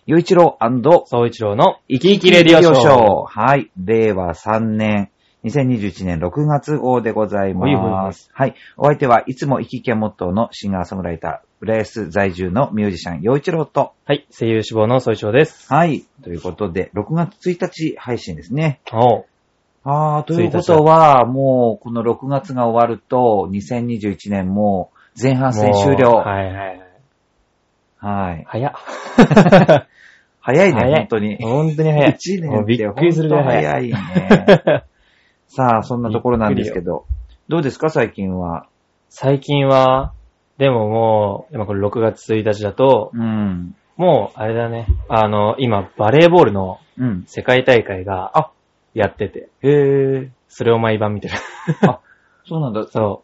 陽一郎& 総一郎の生き生きレディオショー。はい。令和3年、2021年6月号でございます。はい。お相手はいつも生き生きがモットーのシンガーソングライター、浦安在住のミュージシャン、陽一郎と。 はい。声優志望の総一郎です。 はい。ということで、6月1日配信ですね。 おう。 ということは、もう、この6月が終わると、2021年も前半戦終了。 はいはいはい。 はい。 早っ。 早いね、本当に。 本当に早い。 1年ってびっくりするぐらい早いね。さあ、そんなところなんですけど。どうですか、最近は。 最近は、でももう、今これ6月1日だと、もう、あれだね。今、バレーボールの世界大会がやってて。それを毎晩見てる。 あ、そうなんだ。そう。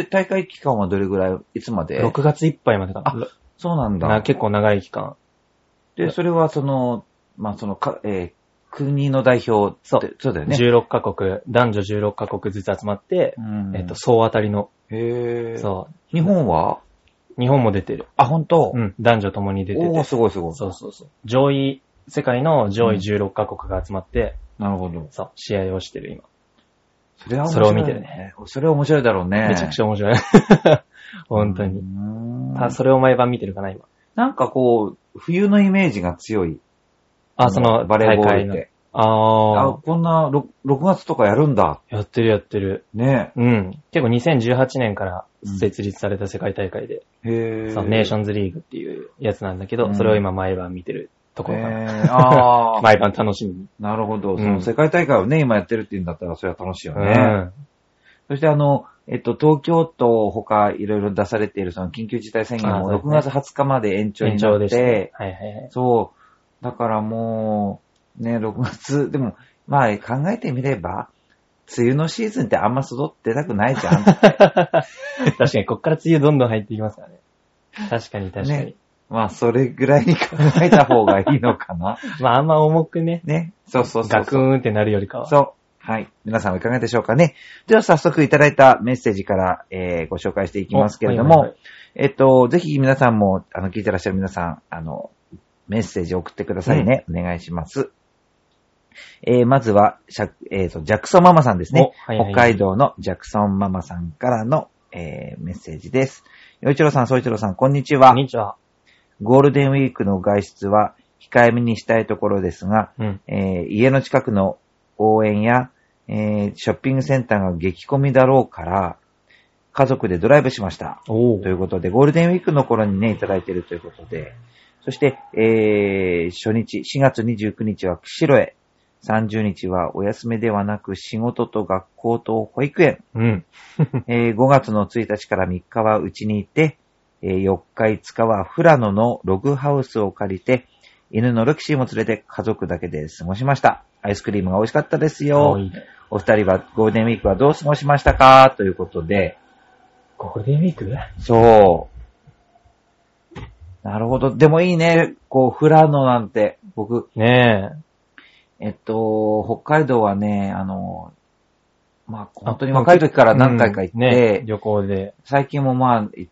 大会期間はどれぐらい、いつまで ?6 月いっぱいまでかな。 そうなんだ。 結構長い期間。 で、それは国の代表って、そうだよね。 16カ国、男女16カ国ずつ集まって、総当たりの。 そう。日本は日本も出てる。 あ、本当？ 男女ともに出てて。 すごいすごい。 そう。世界の上位16カ国が集まって、 なるほど。 そう、試合をしてる今。 それを見てるね。 それは面白いだろうね。 めちゃくちゃ面白い。本当に。それを毎晩見てるかな、今。 なんかこう、冬のイメージが強い。 そのバレーボールって。こんな6月とかやるんだ。 やってる。 ね。 結構2018年から設立された世界大会で。そう、ネーションズリーグっていうやつなんだけど、それを今毎晩見てるところかな。毎晩楽しみに。 なるほど。その世界大会をね、今やってるっていうんだったら、それは楽しいよね。そして東京都他いろいろ出されているその緊急事態宣言も6月20日まで延長になって、そう。だからもう、ね、6月、でも、まあ考えてみれば、梅雨のシーズンってあんま育ってなくないじゃん。確かに、こっから梅雨どんどん入っていきますからね。確かに。 ね、まあ、それぐらいに考えた方がいいのかな。 まあ、あんま重くね。 ね。そう。 ガクーンってなるよりかは。 そう。はい。皆さんはいかがでしょうかね。では早速いただいたメッセージから、ご紹介していきますけれども、ぜひ皆さんも、聞いてらっしゃる皆さん、メッセージを送ってくださいね。お願いします。まずは、ジャクソンママさんですね。北海道のジャクソンママさんからの、メッセージです。よいちろさん、そういちろさん、こんにちは。 こんにちは。 ゴールデンウィークの外出は控えめにしたいところですが、家の近くの応援や、ショッピングセンターが激混みだろうから、家族でドライブしました。ということで、ゴールデンウィークの頃にね、いただいているということで、そして、初日、4月29日は釧路へ、30日はお休みではなく仕事と学校と保育園、5月の1日から3日は家にいて、4日5日は富良野のログハウスを借りて、犬のロキシーも連れて家族だけで過ごしました。アイスクリームが美味しかったですよ。お二人はゴールデンウィークはどう過ごしましたかということで。 ゴールデンウィーク？ そう。なるほど。でもいいね。こう、富良野なんて、僕。 ねえ。北海道はね、まあ、本当に若い時から何回か行って、 旅行で。 最近もまあ行って、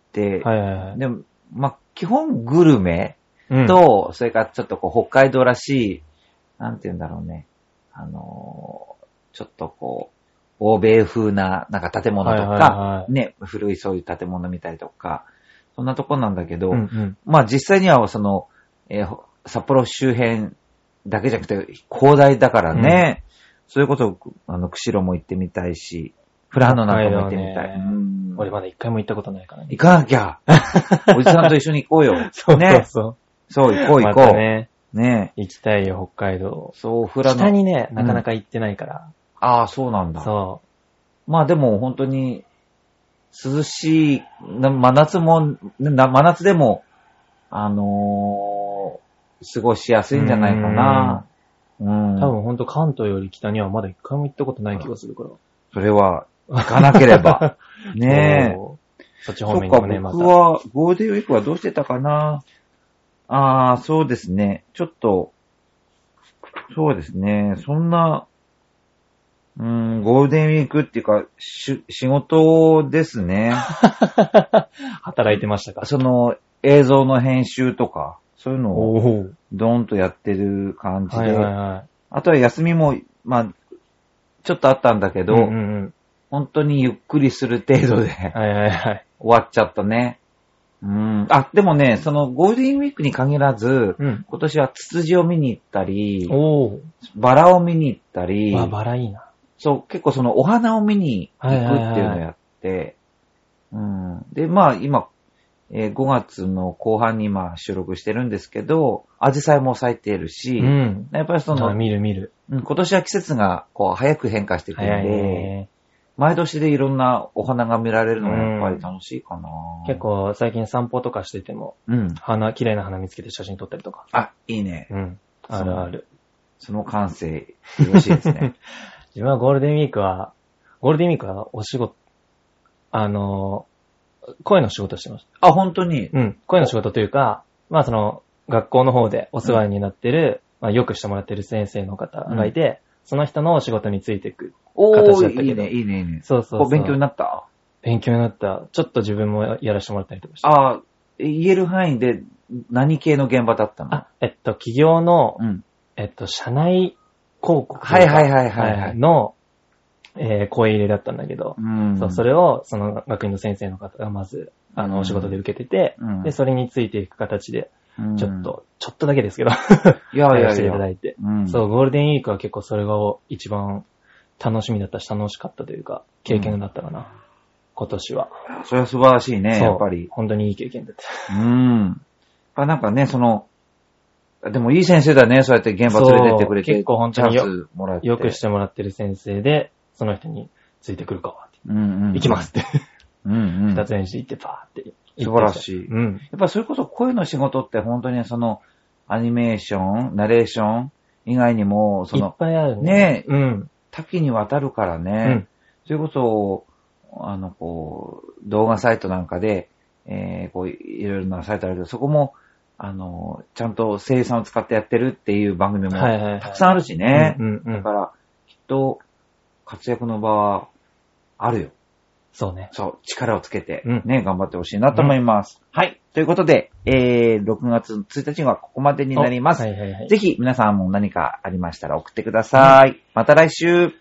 でも、まあ、基本グルメと、それからちょっとこう、北海道らしい、なんて言うんだろうね。ちょっとこう、欧米風な、なんか建物とか、ね、古いそういう建物見たりとか、そんなとこなんだけど、まあ実際にはその、札幌周辺だけじゃなくて、広大だからね、そういうことを、釧路も行ってみたいし、富良野なんかも行ってみたい。 俺まだ一回も行ったことないからね。 行かなきゃ。おじさんと一緒に行こうよ。 そう。 そう、行こう。 またね。 ね行きたいよ、北海道。 そう、富良野。 北にね、なかなか行ってないから。 そうなんだ。 そう。 まあでも本当に、涼しい、真夏でも、過ごしやすいんじゃないかな。 多分本当関東より北にはまだ一回も行ったことない気がするから。 それは、行かなければ。ねえ。 そっち方面にもね、また。 僕は、ゴールデンウィークはどうしてたかな。そうですね。ちょっと、そうですね。そんな、ゴールデンウィークっていうか、仕事ですね。 働いてましたか？ その、映像の編集とか、 そういうのを、ドーンとやってる感じで、 はいはいはい、 あとは休みも、まあ、ちょっとあったんだけど、本当にゆっくりする程度で、はいはいはい、終わっちゃったね。でもね、そのゴールデンウィークに限らず、今年はツツジを見に行ったり、バラを見に行ったり、 バラいいな。 そう、結構そのお花を見に行くっていうのをやって、で、まあ今、5月の後半に収録してるんですけど、アジサイも咲いているし、やっぱりその、 見る。 今年は季節がこう早く変化していくんで、毎年でいろんなお花が見られるのがやっぱり楽しいかな。 結構最近散歩とかしてても、綺麗な花見つけて写真撮ったりとか。 いいね。 あるある。 その感性、よろしいですね。 自分はゴールデンウィークはお仕事、声の仕事してました。 本当に？ 声の仕事というか、その、学校の方でお世話になってる、よくしてもらってる先生の方がいて、その人のお仕事についていく形だったけど。 いいね。 そう。 勉強になった？ 勉強になった。ちょっと自分もやらせてもらったりとかして。 言える範囲で何系の現場だったの？ 企業の、社内広告の、声入れだったんだけど、それをその学院の先生の方がまずお仕事で受けてて、でそれについていく形でちょっとだけですけどやらせていただいて、そうゴールデンウィークは結構それが一番楽しみだったし楽しかったというか経験だったかな、今年は。 それは素晴らしいね、やっぱり。 本当にいい経験だった。 なんかね、でもいい先生だね、そうやって現場連れてってくれて。 結構本当によくしてもらってる先生で、その人についてくるかって。行きますって。二つ返事行ってパーって。 素晴らしい。やっぱりそれこそ声の仕事って本当にその、アニメーション、ナレーション以外にも、 いっぱいあるね。多岐にわたるからね。それこそ、動画サイトなんかで、いろいろなサイトあるけど、そこも、ちゃんと声優さんを使ってやってるっていう番組もたくさんあるしね。だから、きっと、活躍の場はあるよ。 そうね。 そう、力をつけて、頑張ってほしいなと思います。はい。ということで、6月1日はここまでになります。ぜひ皆さんも何かありましたら送ってください。また来週。